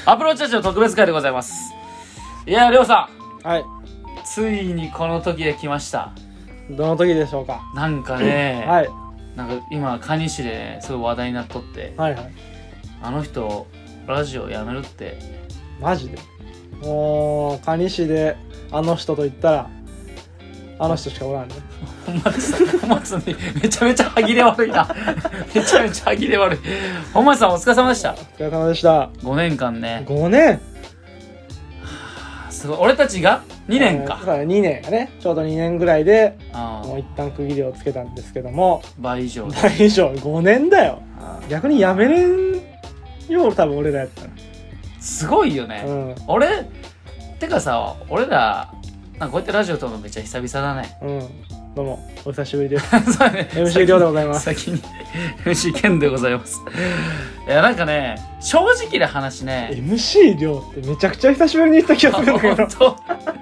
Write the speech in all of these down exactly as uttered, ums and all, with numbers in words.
アプローチラジオ特別会でございます。いや、りょうさん、はい、 ついにこの時が来ました。 どの時でしょうか。 なんかね、 はい、 なんか今蟹市で、ね、すごい話題になっとって、 はいはい、 あの人ラジオやめるって。 マジで？もう蟹市であの人と言ったらあの人しかおらんね。 本町さん、本町さんにめちゃめちゃ歯切れ悪いな。めちゃめちゃ歯切れ悪い。本町さんお疲れ様でした。 お疲れ様でした。 ごねんかんね。 ごねん。 すごい。俺たちがにねんか。 そうだね、にねんがね、ちょうどにねんぐらいであもう一旦区切りをつけたんですけども、 倍以上。 倍以上ごねんだよ。逆にやめれんよ、多分俺らやったら。 すごいよね。うん、俺てかさ、俺らなんかこうやってラジオ撮るのめっちゃ久々だね。 うん。どうもお久しぶりです。 そうね。 エムシー りょうでございます。 先に エムシー ケンでございます。いやなんかね、正直な話ね。 エムシー りょうってめちゃくちゃ久しぶりに言った気がするんだけど。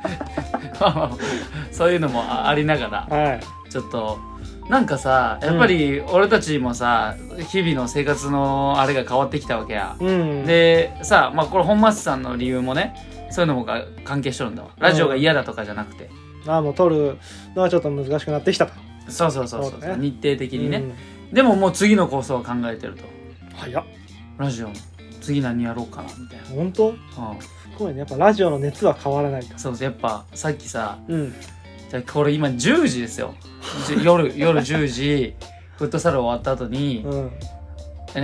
そういうのもありながら、 はい、 ちょっとなんかさ、やっぱり俺たちもさ、日々の生活のあれが変わってきたわけや。うん、でさ、まあこれ本松さんの理由もね、そういうのもが関係しとるんだわ。ラジオが嫌だとかじゃなくて。 うん、ああ、もう撮るのはちょっと難しくなってきたと。 そうそうそうそう、ね、日程的にね、うん、でももう次の構想を考えてると。 早っ。 ラジオの次何やろうかなみたいな。 本当？うん。すごいね。やっぱラジオの熱は変わらないと。 そうそう、やっぱさっきさ、 うん、 じゃあこれ今じゅうじですよ。夜夜じゅうじフットサル終わった後に、うん、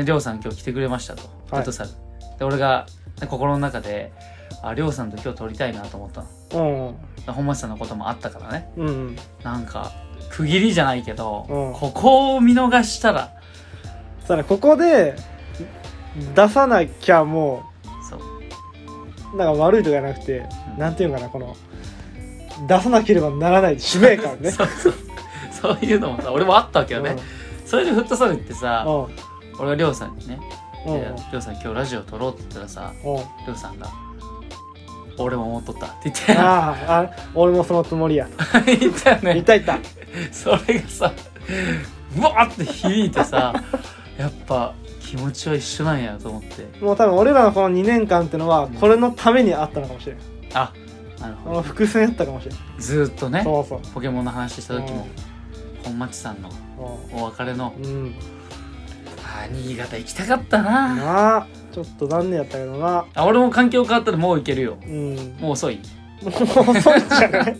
りょうさん今日来てくれましたと、はい、フットサルで、俺が心の中で、あ、りょうさんと今日撮りたいなと思ったの。うん、本町さんのこともあったからね、うん、なんか区切りじゃないけど、うん、ここを見逃したらそうね、ここで出さなきゃもう、そうなんか悪いとかじゃなくて、うん、なんていうかな、この出さなければならない使命感ね。 そうそう、そういうのもさ、俺もあったわけよね、うん、それでフットサルってさ、うん、俺がりょうさんにね、りょうさん今日ラジオ撮ろうって言ったらさ、りょうさんが俺も思っとったって言って、 ああ、俺もそのつもりやと言ったよね。 言った言った。 それがさ、ブワーって響いてさ、やっぱ気持ちは一緒なんやと思って。 もう多分俺らのこのにねんかんってのはこれのためにあったのかもしれない。 あ、なるほど。 伏線やったかもしれない。 ずーっとね、 そうそう、 ポケモンの話した時も、本町さんのお別れの、うん、あ、新潟行きたかったな。 なあ、ちょっと残念やったけどな。 あ、俺も環境変わったらもう行けるよ。うん、もう遅い。 もう遅いんじゃない？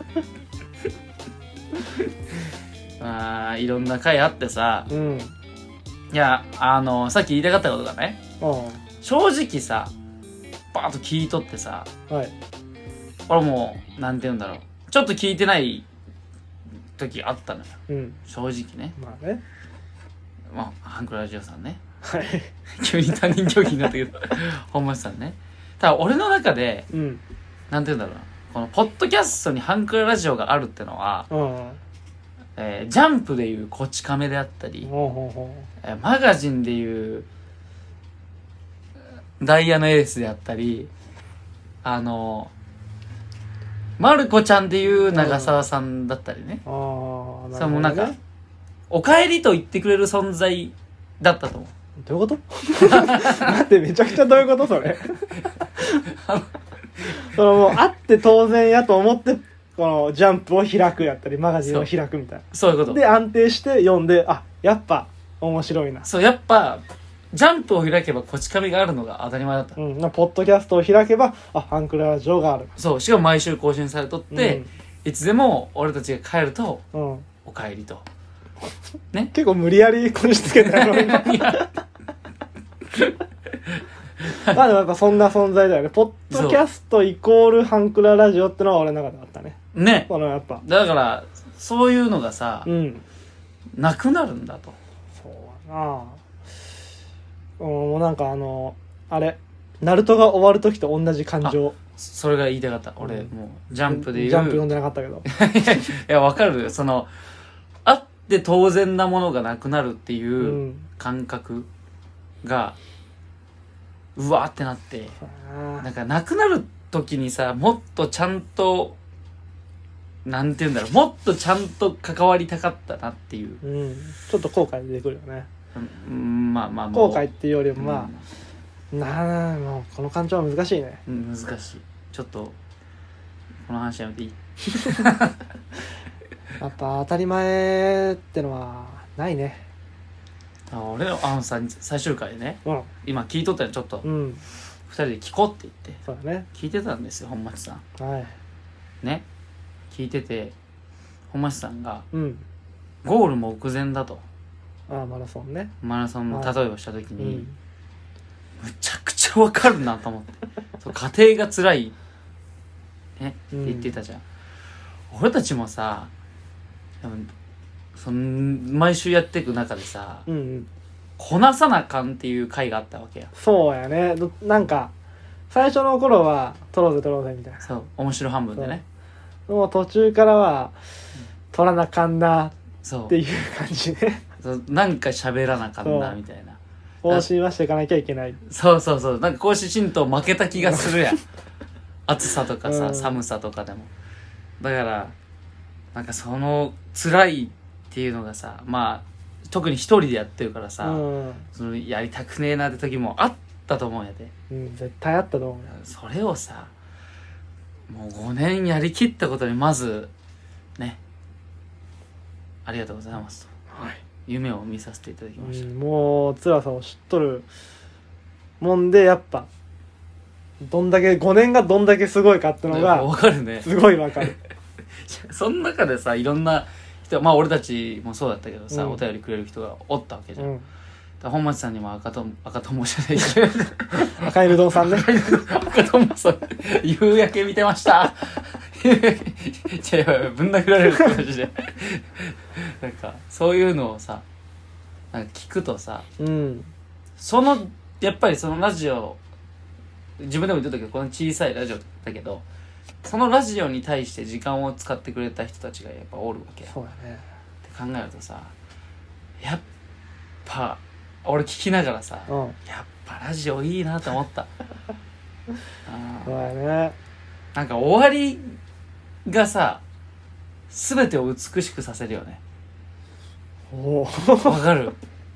まあいろんな回あってさ、うん、いや、あのさっき言いたかったことがね、うん、正直さ、バーッと聞いとってさ、はい、俺もうなんて言うんだろう、ちょっと聞いてない時あったのよ、うん、正直ね。 まあね、 まあハンクラジオさんね、 はい、 急に他人競技になったけど本町さんね。ただ俺の中で、うん、なんて言うんだろうな、このポッドキャストにハンクララジオがあるってのは、うん、えー、ジャンプでいうこち亀であったり、うん、えー、マガジンでいうダイヤのエースであったり、あのマルコちゃんでいう長澤さんだったりね、うん、あ、なるほどね。それもなんかお帰りと言ってくれる存在だったと思う。 どういうこと？待って、めちゃくちゃどういうことそれ？そのもうあって当然やと思ってこのジャンプを開くやったりマガジンを開くみたいな、 そういうことで安定して読んで、あ、やっぱ面白いな。 そう、やっぱジャンプを開けばこち亀があるのが当たり前だった、 うん、ポッドキャストを開けばあ、ハンクララジオがある。そう、 しかも毎週更新されとって、うん、いつでも俺たちが帰ると、うん、お帰りとね。 結構無理やりこじつけたのに。まあでもやっぱそんな存在だよね。ポッドキャストイコールハンクララジオってのは俺の中であったね。 ね。 このやっぱだからそういうのがさ、うん、なくなるんだと。 そうだな。うん、もうなんかあのあれ、ナルトが終わる時と同じ感情。 それが言いたかった。俺、うん、もうジャンプで言う。 ジャンプ読んでなかったけど。 いや、わかる。そのあって当然なものがなくなるっていう感覚が、うわーってなって、なんかなくなる時にさ、もっとちゃんとなんて言うんだろう、もっとちゃんと関わりたかったなっていう、 うん、ちょっと後悔出てくるよね、 うん、まあまあ後悔っていうよりもまあ、 なあもうこの感情は難しいね、 うん、難しい。ちょっとこの話やめていいやっぱ当たり前ってのはないね。 あ俺あのさ最終回でね、うん、今聞いとったらちょっと、うん、ふたりで聞こうって言って、 そうだね、 聞いてたんですよ本町さん。 はいね、聞いてて本町さんが、 うん、 ゴール目前だと。 ああマラソンね、 マラソンの例えをした時に、うん、むちゃくちゃわかるなと思ってそう家庭が辛いねって言ってたじゃん、うん、俺たちもさその毎週やっていく中でさ、うんうん、こなさなあかんっていう回があったわけや。 そうやね。なんか最初の頃は取ろうぜ取ろうぜみたいな、 そう面白半分でね、 もう途中からは、うん、取らなあかんなっていう感じね。 そうなんか喋らなあかんなみたいな、 更新はしていかなきゃいけない。 そうそうそう、なんか更新しんと負けた気がするやん暑さとかさ、うん、寒さとかでも。だからなんかその辛いっていうのがさ、まあ特に一人でやってるからさ、うん、そのやりたくねえなって時もあったと思うんやで、 うん、絶対あったと思う。 それをさもうごねんやりきったことにまずねありがとうございますと、はい、夢を見させていただきました、 うん、もう辛さを知っとるもんで、やっぱどんだけごねんがどんだけすごいかってのが分かるね。 すごい分かるその中でさいろんな人、まあ俺たちもそうだったけどさ、うん、お便りくれる人がおったわけじゃん、うん、だ本町さんにも赤と赤友じゃないけど赤いるどんさんね赤友さん夕焼け見てました夕焼けいやぶん殴られるって感じでなんかそういうのをさなんか聞くとさ、うん、そのやっぱりそのラジオ自分でも言ってたけどこの小さいラジオだけどそのラジオに対して時間を使ってくれた人たちがやっぱおるわけ。 そうだねって考えるとさやっぱ俺聞きながらさ、うん、やっぱラジオいいなと思ったそうだね。 なんか終わりがさ全てを美しくさせるよね。 おわかる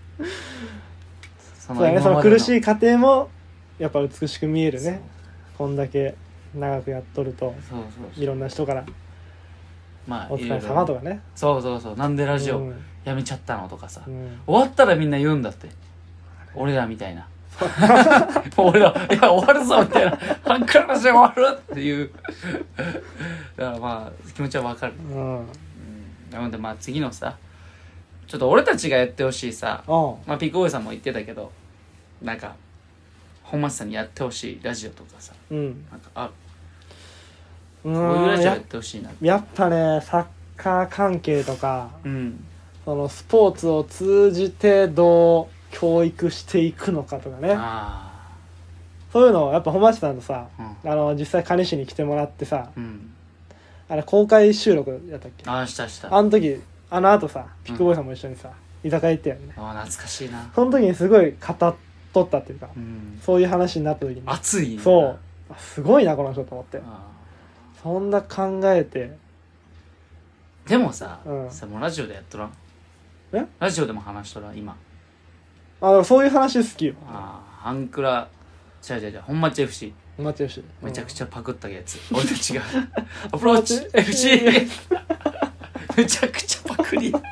そのそうだね、その苦しい過程もやっぱ美しく見えるね。こんだけ長くやっとるとそうそうそういろんな人からまあお疲れ様とかね、 そうそうそうなんでラジオやめちゃったのとかさ、うん、終わったらみんな言うんだって俺らみたいな俺らいや終わるぞみたいなハンクララジオ終わるっていうだからまあ気持ちはわかる、うんうん、なのでまあ次のさちょっと俺たちがやってほしいさ、まあ、ピコーイさんも言ってたけどなんか本町さんにやってほしいラジオとかさ、うん、なんかあこういうラジオやってほしいな。 やっぱねサッカー関係とか、うん、そのスポーツを通じてどう教育していくのかとかね、あそういうのをやっぱ本町さんとさ、うん、あの実際蟹市に来てもらってさ、うん、あれ公開収録やったっけ。 あしたしたあの時あの後さピックボーイさんも一緒にさ、うん、居酒屋行ったよね。 あ懐かしいな。 その時にすごい語っとったっていうか、うん、そういう話になった時に熱い、ね、 そうすごいなこの人と思って。そんな考えてでもさ、うん、さもうラジオでやっとらんえラジオでも話しとらん今。 あそういう話好きよ。 あハンクラ違う違う違う本町 エフシー本町 エフシーめちゃくちゃパクったやつ、うん、俺たちがアプローチ エフシー めちゃくちゃパクリだ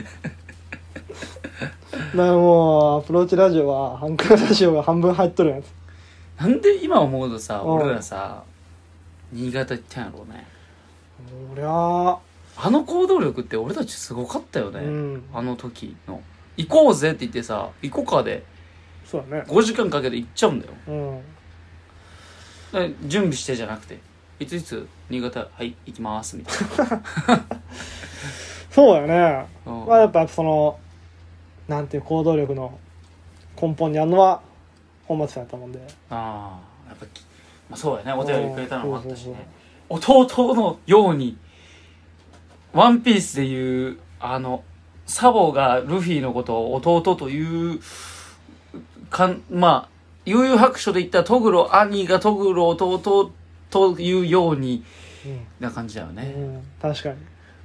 からもうアプローチラジオはハンクララジオが半分入っとるやつ。 なんで今思うとさ、うん、俺らさ新潟行ったんやろうね。 おりゃあの行動力って俺たちすごかったよね、うん、あの時の行こうぜって言ってさ行こうかでそうだねごじかんかけて行っちゃうんだよ、うん、準備してじゃなくていついつ新潟はい行きますみたいなそうだよね、うん、まあやっぱそのなんていう行動力の根本にあるのは本町さんやったもんで。 ああやっぱまあ、そうやねお便りくれたのもあったしね。弟のようにワンピースでいうあのサボがルフィのことを弟というかんまあ悠々白書で言ったらトグロ兄がトグロ弟というように、うん、な感じだよね、うん、 確かに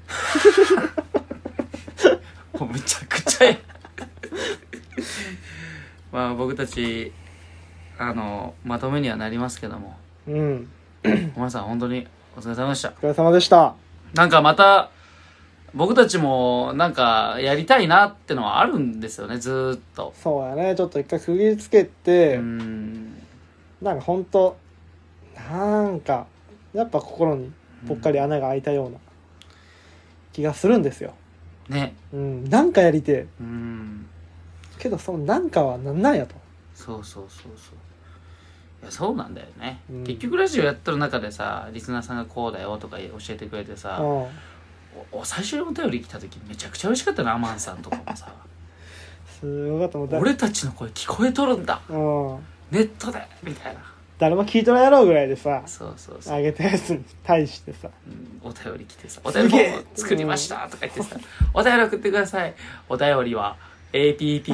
もうめちゃくちゃやまあ僕たちあのまとめにはなりますけども、 うん小村さん本当にお疲れ様でした。 お疲れ様でした。 なんかまた僕たちもなんかやりたいなってのはあるんですよね、ずーっと。 そうやね、ちょっと一回区切りつけて、 うーんなんかほんとなんかやっぱ心にぽっかり穴が開いたような気がするんですよね。 うん、なんかやりてえうんけど、そのなんかはなんなんやと。 そうそうそうそう、いやそうなんだよね、 うん、 結局ラジオやってる中でさ、リスナーさんがこうだよとか教えてくれてさ、 うん、 おお最初にお便り来た時めちゃくちゃ嬉しかったな、アマンさんとかもさすごかったもん。 俺たちの声聞こえとるんだ、 うん、 ネットでみたいな。 誰も聞いとらんやろうぐらいでさ、 そうそうそう、 あげたやつに対してさ、 うん、お便り来てさ、お便りも作りましたとか言ってさ、お便り送ってください、お便りは エーピーピー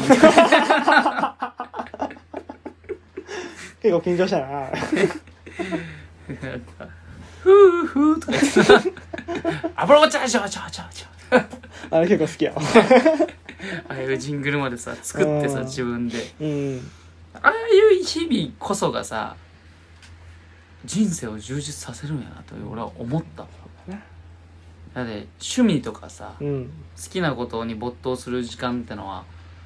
結構緊張したななんかふーふーとか言ってさアプローチャージャージャージャージャーあれ結構好きやわああいうジングルまでさ作ってさ、自分で、 うん、 ああいう日々こそがさ人生を充実させるんやなと俺は思った。だって趣味とかさ、うん、好きなことに没頭する時間ってのは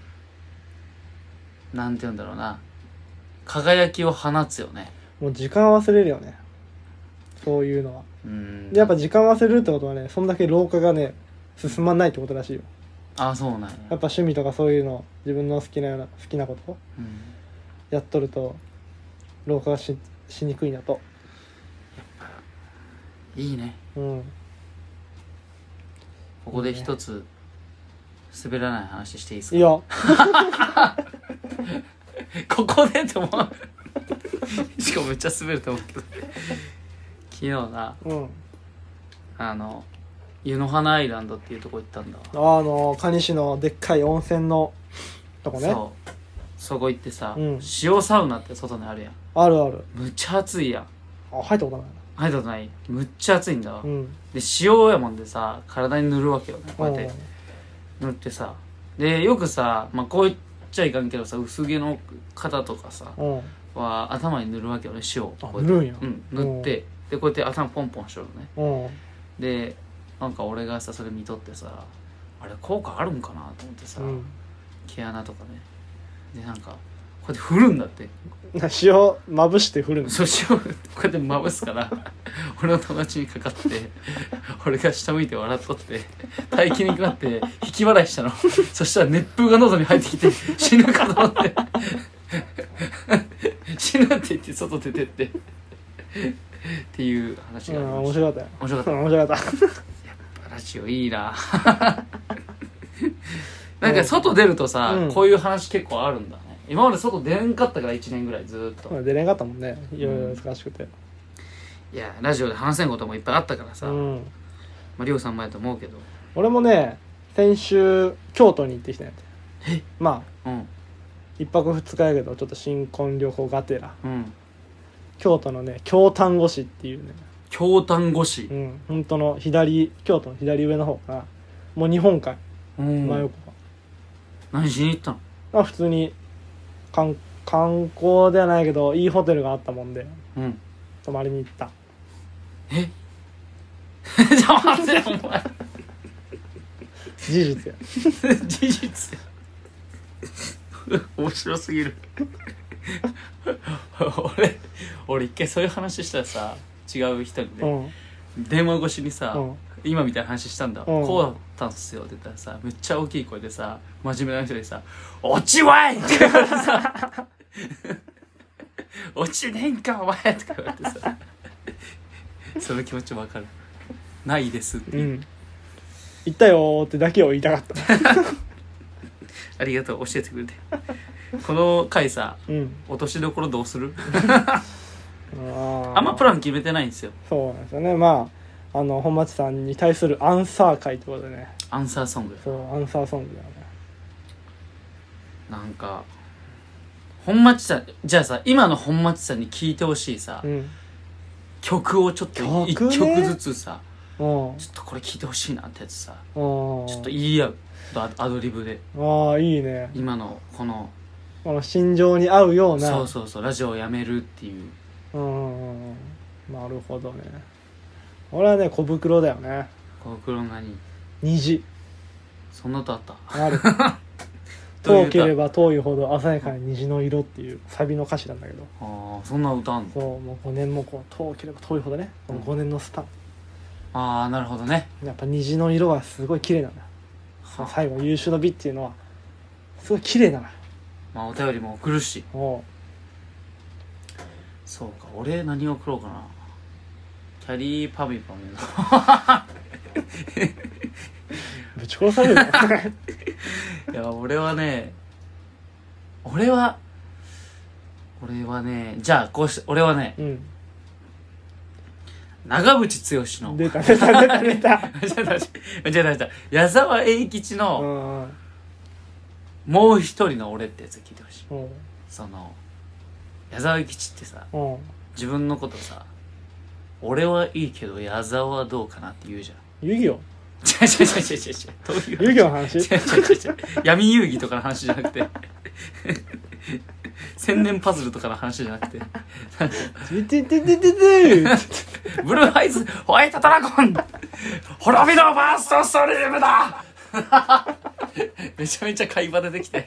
なんて言うんだろうな、輝きを放つよね。 もう時間忘れるよね、そういうのは。うんでやっぱ時間忘れるってことはね、そんだけ老化がね進まないってことらしいよ。 ああそうなんや。 やっぱ趣味とかそういうの自分の好きなような好きなこと、うん、やっとると老化が し, しにくいなと。やっぱいいね。うんここで一つ滑らない話していいですか？いいよここでって思うしかもめっちゃ滑ると思うけど昨日な、うん、あの湯の花アイランドっていうとこ行ったんだわ。 あの蟹市のでっかい温泉のとこね。 そうそこ行ってさ、うん、塩サウナって外にあるやん。 あるある。 むっちゃ暑いやん。 あ入ったことない。 入ったことない。むっちゃ暑いんだわ、うん、で塩やもんでさ体に塗るわけよね、こうやって塗ってさ、でよくさ、まあ、こう言っちゃいかんけどさ、薄毛の方とかさ、うん、は頭に塗るわけよね、塩をこうやって塗るんや、うん、塗って、でこうやって頭ポンポンしとるのね、うん、でなんか俺がさそれ見とってさ、あれ効果あるんかなと思ってさ、うん、毛穴とかね、でなんかこうやって振るんだって。 塩まぶして振るの。 そう塩こうやってまぶすから俺の友達にかかって俺が下向いて笑っとって耐えきれなくなって引き笑いしたのそしたら熱風が喉に入ってきて死ぬかと思って死ぬって言って外出てってっていう話がありました。面白かったよ。面白かった面白かったやっぱラジオいいななんか外出るとさ、うん、こういう話結構あるんだね。今まで外出れんかったからいちねんぐらいずっと出れんかったもんね、いろいろ難しくて、 うん、いやラジオで話せんこともいっぱいあったからさ、うん、まありょうさんもやと思うけど、 俺もね先週京都に行ってきたんやて。えまあ、うん、いっぱくふつかやけどちょっと新婚旅行がてら、うん、京都のね京丹後市っていうね。 京丹後市、 うん本当の左京都の左上の方かな、もう日本海、うん、真横が。 何しに行ったの？ あ普通に観, 観光ではないけどいいホテルがあったもんで、うん、泊まりに行った。 えじゃあ待ってよお前事実や事実や面白すぎる俺俺一回そういう話したらさ違う人にね、うん、電話越しにさ、うん、今みたいな話したんだ、うん、こうだったんすよって言ったらさ、めっちゃ大きい声でさ真面目な人でさ落ちわいって言われてさ落ちねんかお前って言われてさその気持ちわかる。ないですって、うん、 言ったよってだけを言いたかったありがとう教えてくれてこの回さ、うん、落としどころどうするあ, あんまプラン決めてないんですよ。 そうなんですよね。まああの本町さんに対するアンサー回ってことでね。 アンサーソング。 そうアンサーソングだよね。 なんか本町さんじゃあさ今の本町さんに聴いてほしいさ、うん、曲をちょっと一曲ずつさ、ちょっとこれ聴いてほしいなってやつさ、ちょっと言い合うアドリブで。 ああいいね。 今のこのこの心情に合うような。 そうそうそうラジオをやめるっていう。 うんうんうんなるほどね。俺はね小袋だよね。 小袋何？ 虹。 そんな歌あった？ ある。遠ければ遠いほど鮮やかな虹の色っていうサビの歌詞なんだけど。 ああそんな歌あんの？ そうもうごねんもこう遠ければ遠いほどねこのごねんのスパン、 うん、ああなるほどね。 やっぱ虹の色はすごい綺麗なんだ。その最後優秀の美っていうのはすごい綺麗だな。 まあお便りも送るし。 おそうか俺何を送ろうかな。キャリーパミュパミュのぶち殺されるよいや俺はね俺は俺はねじゃあこうして俺はね、うん、長渕剛の出た出た出た出た出た出た出た矢沢永吉のもう一人の俺ってやつ聞いてほしい。その矢沢永吉ってさ自分のことさ俺はいいけど矢沢はどうかなって言うじゃん。 遊戯王違う違う違う違う違うどういう遊戯王の話。 違う違う違う闇遊戯とかの話じゃなくて千年パズルとかの話じゃなくてててててててブルーアイズホワイトドラゴン滅びのファーストストリームだめちゃめちゃ会話出てきて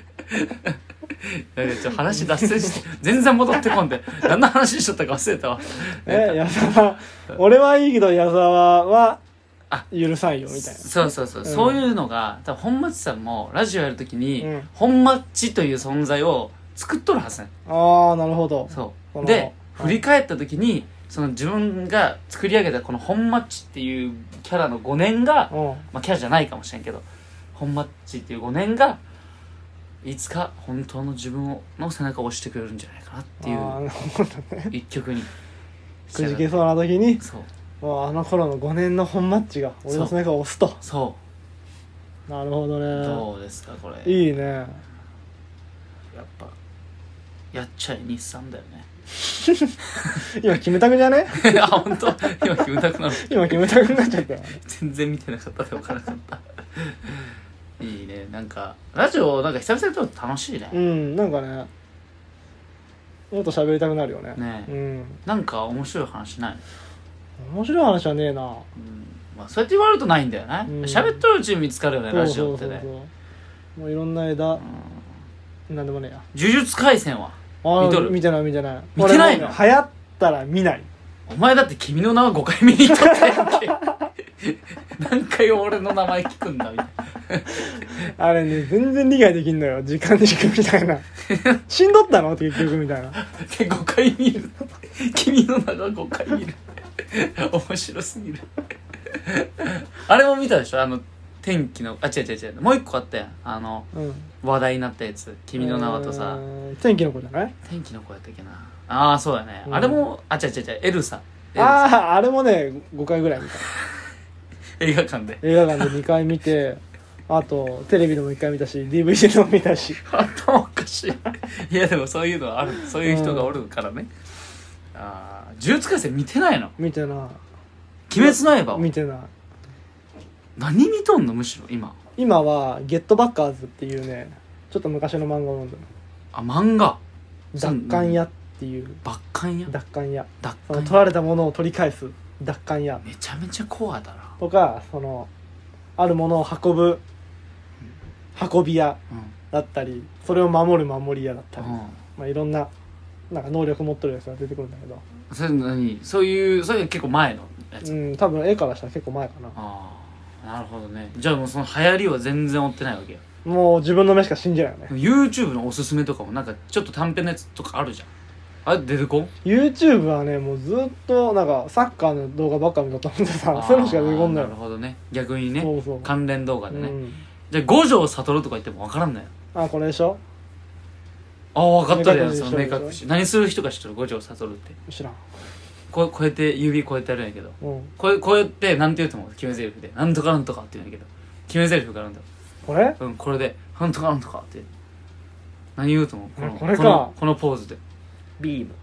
なんかちょっと話脱線して全然戻ってこんで何の話しとったか忘れたわ。 え矢沢俺はいいけど矢沢は許さんよみたいな。 そうそうそう、うん、そういうのが多分本町さんもラジオやるときに、うん、本町という存在を作っとるはずね。ああなるほど。 そうで振り返ったときにその自分が作り上げたこの本町っていうキャラのごねんが、うんまあ、キャラじゃないかもしれんけど本町っていうごねんがいつか本当の自分の背中を押してくれるんじゃないかなっていう一曲にくじけそうな時にそうもうあの頃のごねんの本マッチが俺の背中を押すと。 そうなるほどね。 どうですかこれ。 いいね。 やっぱやっちゃえ日産だよね今キムタクじゃねあ本当今キムタクなの今キムタクになっちゃったよ全然見てなかったで分からなかったいいね。なんかラジオなんか久々に撮ると楽しいね。 うんなんかねもっと喋りたくなるよね。 ねえ、 うん、 なんか面白い話ない？ 面白い話はねえな、うんまあ、そうやって言われるとないんだよね。喋、うん、っとるうちに見つかるよねラジオってね。そうそうそうそうもういろんな枝、うん、なんでもねえや。 呪術廻戦は見とる？ 見てない見てない。 見てないの？ 流行ったら見ない。 お前だって君の名はごかい見に行っとったやんけ何回俺の名前聞くんだみたいなあれね全然理解できんのよ時間軸みたいな死んどったのって結局みたいなでごかい見る君の名がごかい見る面白すぎるあれも見たでしょあの天気のあ違う違う違うもう一個あったやんあの、うん、話題になったやつ君の名はとさ天気の子じゃない？ 天気の子やったっけなああそうだね、うん、あれもあ違う違う違うエルサあああれもねごかいぐらい見た映画館で映画館でにかい見てあとテレビでもいっかい見たし ディーブイディー でも見たし頭おかしいいやでもそういうのはあるそういう人がおるからね、うん、ああ呪術廻戦見てないの？ 見てない。 鬼滅の刃見てない。 何見とんのむしろ今今はゲットバッカーズっていうねちょっと昔の漫画を読んでる。 あ漫画奪還屋っていう奪還屋奪還屋奪還取られたものを取り返す奪還屋めちゃめちゃコアだなとかそのあるものを運ぶ運び屋だったり、うん、それを守る守り屋だったり、うんまあ、いろんななんか能力持ってるやつが出てくるんだけどそれ何そういうそれ結構前のやつうん多分絵からしたら結構前かな。 ああなるほどね。じゃあもうその流行りは全然追ってないわけよ。 もう自分の目しか信じないよね。 YouTube のおすすめとかもなんかちょっと短編のやつとかあるじゃん。あれ出てこん？ YouTube はねもうずっとなんかサッカーの動画ばっか見たと思ってさそういうのしか出てこんのよ。 なるほどね逆にねそうそう関連動画でね、うん、じゃあ五条悟とか言っても分からんのよ。 あこれでしょ。 ああ分かったやんその目隠し何する人か知ってる五条悟って知らん。 こうやって指こうやってやるんやけど、 うん、 こうこうやってなんて言うと思う決め台詞でなんとかなんとかって言うんやけど決め台詞があるんだよこれうんこれでなんとかなんとかって何言うと思うこのこれかこのこのポーズでビーム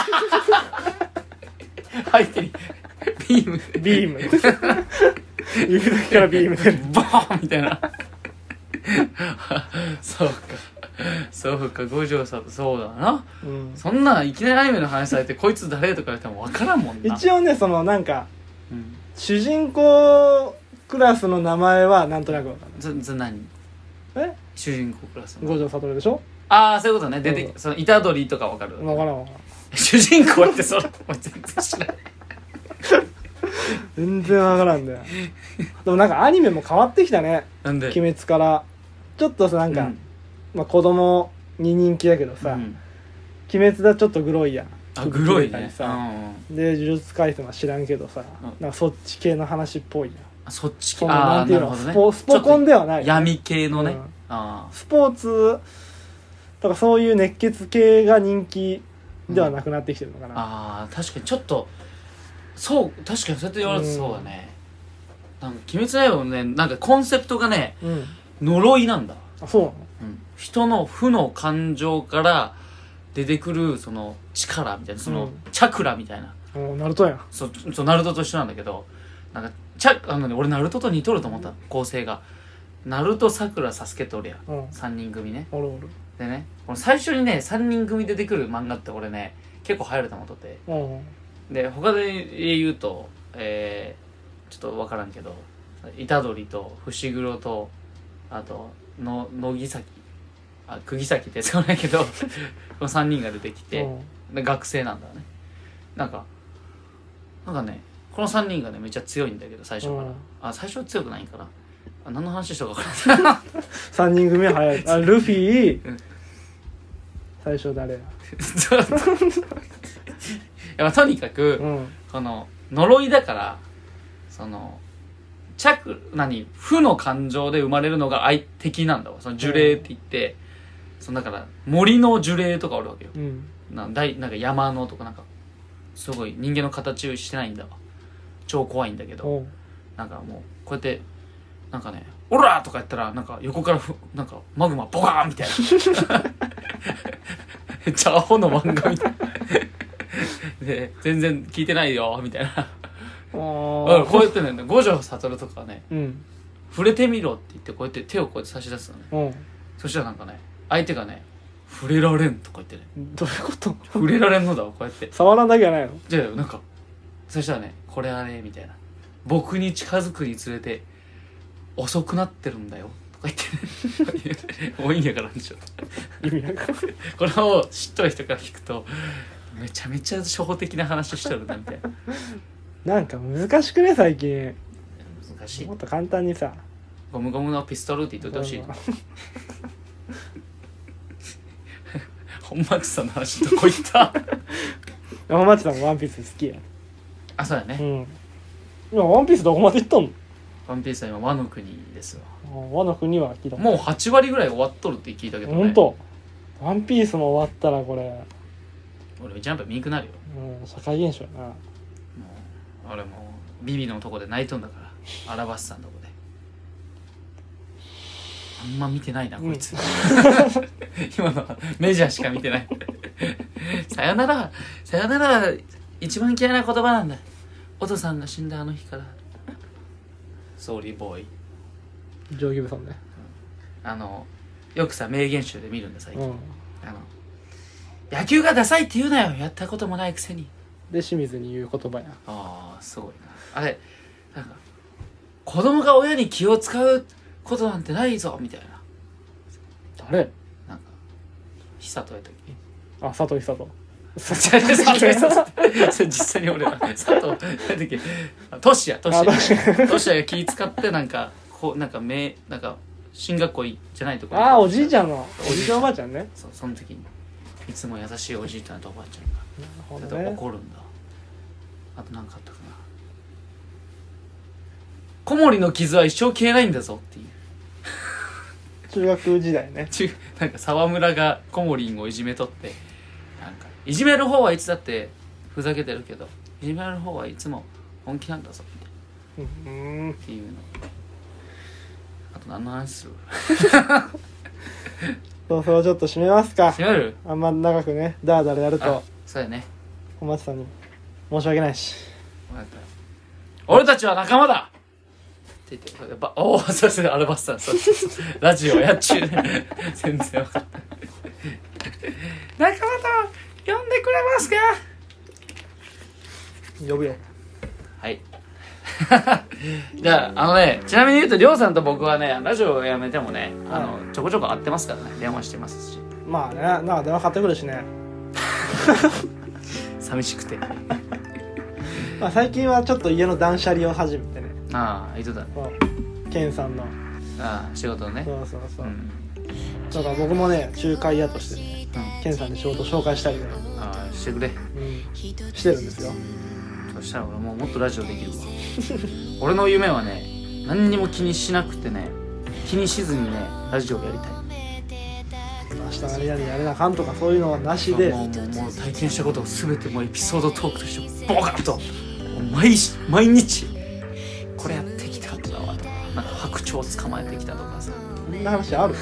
相手にビームビーム指先からビーム出るバーンみたいなそうかそうか五条さんそうだな、 うん、 そんないきなりアニメの話されてこいつ誰とか言っても分からんもんな。 一応ねそのなんか、うん、主人公クラスの名前はなんとなく分かる。 ずず何え主人公クラスの五条悟でしょ。 ああそういうことね。出てその虎杖とか分かる。 分からん分からん。 主人公ってそれ全然知らない全然分からんだよ。でもなんかアニメも変わってきたね。 なんで鬼滅からちょっとさなんか、うんまあ、子供に人気だけどさ、うん、鬼滅だちょっとグロいやん。 あグロいねさ、 うん、で呪術廻戦は知らんけどさ、うん、なんかそっち系の話っぽいやん。 あそっち系なんていうの、ね、スポスポコンではない、ね、 闇系のね、うん、 あスポーツとかそういう熱血系が人気ではなくなってきてるのかな、うん、 あ確かにちょっとそう確かにそうやって言われるとそうだね、うん、なんか鬼滅の刃もねなんかコンセプトがね、うん、呪いなんだ。 あそうなの、 うん、人の負の感情から出てくるその力みたいなその、うん、チャクラみたいな。 おナルトやん。 そうそうナルトと一緒なんだけどなんかチャあの、ね、俺ナルトと似とると思った、うん、構成がナルトサクラサスケとおるやん、うん、さんにん組ね。 おるおるでねこの最初にねさんにん組出てくる漫画って俺ね結構流行ると思っとって、うん、で他で言うとえー、ちょっと分からんけど虎杖と伏黒とあとの乃木崎あ釘崎って使わないけどこのさんにんが出てきて、うん、で学生なんだね。なんかなんかねこのさんにんがねめっちゃ強いんだけど最初から、うん、あ最初は強くないんかなあ何の話したか分からないさんにん組は早いあルフィ、うん、最初誰やいやとにかく、うん、この呪いだからその着何負の感情で生まれるのが愛敵なんだわ。その呪霊って言って、うん、そのだから森の呪霊とかおるわけよ、うん、ななんか山のとかなんかすごい人間の形してないんだわ。超怖いんだけど、うん、なんかもうこうやってなんかねオラーとかやったらなんか横からふなんかマグマボカーンみたいなめっちゃアホの漫画みたいで全然聞いてないよみたいなあこうやってね五条悟とかね、うん、触れてみろって言ってこうやって手をこうやって差し出すのね、うん、そしたらなんかね相手がね触れられんとか言ってね。 どういうこと？ 触れられんのだわこうやって触らなきゃないの？ じゃあなんかそしたらねこれあれみたいな僕に近づくにつれて遅くなってるんだよとか言ってねもう意味わからんでしょ意味わからんこれを知っとる人から聞くとめちゃめちゃ初歩的な話しとるなみたいななんか難しくね最近。 難しい。 もっと簡単にさゴムゴムのピストルって言っといてほしい本町さんの話どこ行った本町さんもワンピース好きや。 あそうだね、うん、 今ワンピースどこまで行ったの？ ワンピースは今和の国ですわ。 和の国は聞いたもうはち割ぐらい終わっとるって聞いたけどね。 ほんとワンピースも終わったらこれ俺ジャンプ見んくなるよ、 うん、社会現象やな。もう俺もビビのとこで泣いとんだからアラバスさんのとこであんま見てないなこいつ、うん、今のはメジャーしか見てないさよならさよなら一番嫌いな言葉なんだ。お父さんが死んだあの日からソーリーボーイジョーギブソンね。 あのよくさ名言集で見るんだ最近、うん、あの野球がダサいって言うなよやったこともないくせにで清水に言う言葉や。 ああすごいなあれなんか子供が親に気を使うことなんてないぞみたいな。 誰？ なんか久人やったっけ？ あ佐藤久人佐藤久人実際に俺ら佐藤やったっけ？トシヤトシヤトシヤが気使ってなんかこうなんかめなんか進学校じゃないところ。 ああおじいちゃんのおじいちゃんおばあちゃんね。 そうその時にいつも優しいおじいちゃんとおばあちゃんが、ね、怒るんだ。あと何かあったかな。小森の傷は一生消えないんだぞっていう中学時代ね。 なんか沢村が小森をいじめとってなんかいじめる方はいつだってふざけてるけどいじめる方はいつも本気なんだぞみたいな、うん、っていうの。あと何の話するそうそうちょっと締めますか。 締める？ あんま長くねダーダーやるとそうやね小松さんに申し訳ないし俺たちは仲間だってって言ってばおおそうそうアルバスターそうそうそうラジオやっちゅうね全然分かった仲間と呼んでくれますか。 呼ぶよ。 はいじゃああのねちなみに言うとりょうさんと僕はねラジオをやめてもね、はい、あのちょこちょこ会ってますからね。電話してますし。 まあねなんか電話買ってくるしね寂しくてまあ最近はちょっと家の断捨離を始めてね。 ああ言うとだねケンさんのああ仕事ね。 そうそうそう、うん、だから僕もね仲介屋として、ねうん、ケンさんに仕事紹介したりねああしてくれ、うん、 してるんですよ。 そしたら俺もうもっとラジオできるわ俺の夢はね何にも気にしなくてね気にしずにねラジオやりたい。 明日何々やれなあかんとかそういうのはなしでもうもうもう体験したことを全てもうエピソードトークとしてボカッと毎毎日これやってきたんだわとかなんか白鳥を捕まえてきたとかさそんな話ある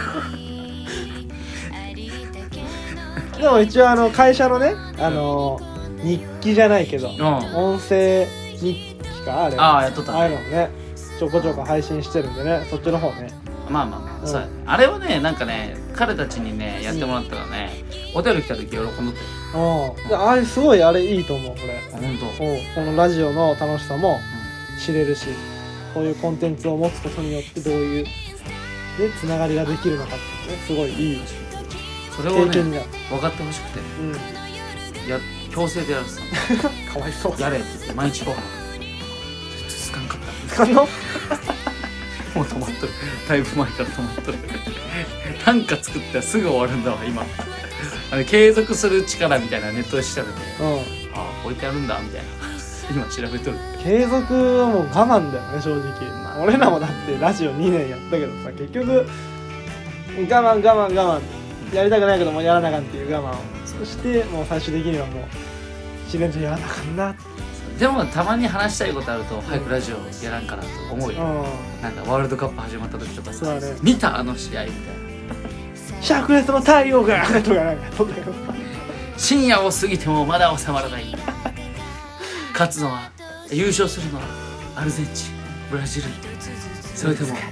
でも一応あの会社のねあの日記じゃないけど、うん、音声日記かあれああやっとったね。 ああいうのもねちょこちょこ配信してるんでねそっちの方ねまあまあまあ、うん、そうやね。あれはねなんかね彼たちにねやってもらったらね、うん、お便り来た時喜んどってる。 うんあれすごいあれいいと思うこれ。 あ本当。 このラジオの楽しさも知れるし、うん、こういうコンテンツを持つことによってどういうでつながりができるのかっていうねすごいいいそれをね分かってほしくて、うん、や強制でやらせたかわいそうやれって言って毎日ご飯つかんかったつかんのもう止まっとるだいぶ前から止まっとる短歌作ったらすぐ終わるんだわ今あれ継続する力みたいなネットで調べて、うん、ああ置いてあるんだみたいな今調べとる。 継続はもう我慢だよね正直、まあ、俺らもだってラジオにねんやったけどさ結局我慢我慢我慢やりたくないけどもやらなあかんっていう我慢をそしてもう最終的にはもう自然とやらなあかんな。 でもたまに話したいことあると早くラジオやらんかなと思うよ、うん、なんかワールドカップ始まった時とかさ、ね、見たあの試合みたいな灼熱の太陽がとかなんか深夜を過ぎてもまだ収まらない勝つのは優勝するのはアルゼンチンブラジルそれとも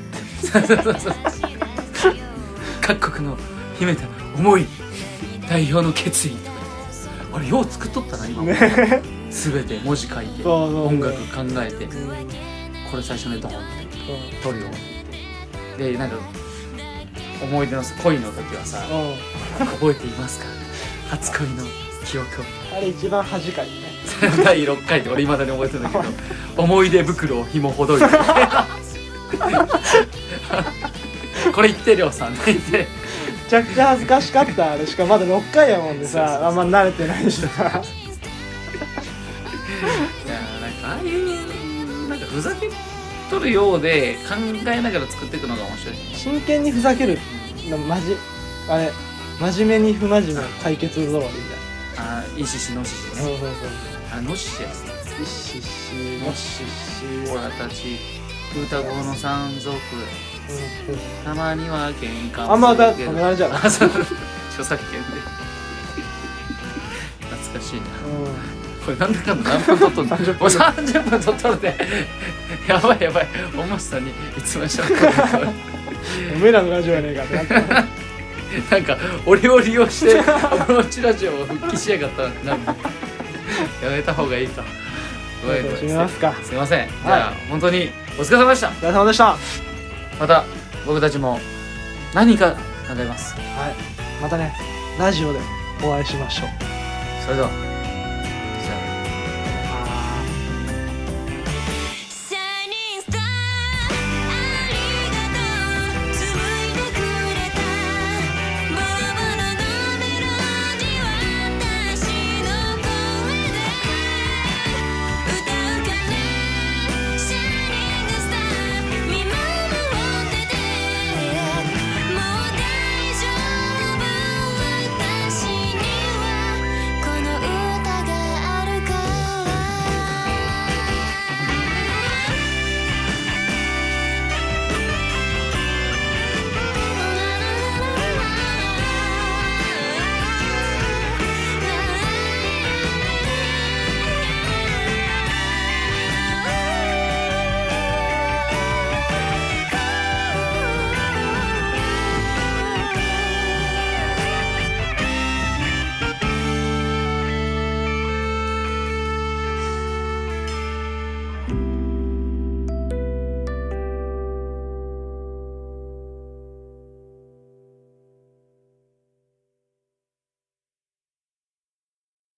各国の秘めた思い代表の決意とかあれよう作っとったな今、ね、全て文字書いて音楽考えてこれ最初ねドンって撮るよでなんか思い出の恋の時はさ覚えていますか初恋の記憶をあれ一番恥かいねだいろっかいで俺未だに覚えてるんだけど思い出袋を紐ほどいてこれ言ってりょうさんって言ってめちゃくちゃ恥ずかしかったあれしかもまだろっかいやもんでさあんま慣れてないしさいやなんかああいうなんかふざけとるようで考えながら作っていくのが面白い。 真剣にふざけるマジあれ真面目に不真面目解決通りみたいなあイシシノシシねそうそうそうあノシシやつイシシノシシオラたち双子の山賊うんうん、たまには喧嘩あんまだ止められちゃう著作権で懐かしいな、うん、これなんだかんだ何分撮っとんのもうさんじゅっぷん撮っとるでやばいやばいおもしさんにいつもしゃべってるおめえらのラジオやねえかってなってなんか俺を利用してアプローチラジオを復帰しやがったってなるんでやめた方がいいかごめんなさいすいません、はい、じゃあ本当にお疲れ様でした。お疲れ様でした。 また僕たちも何か考えます。 はいまたねラジオでお会いしましょう。 それでは。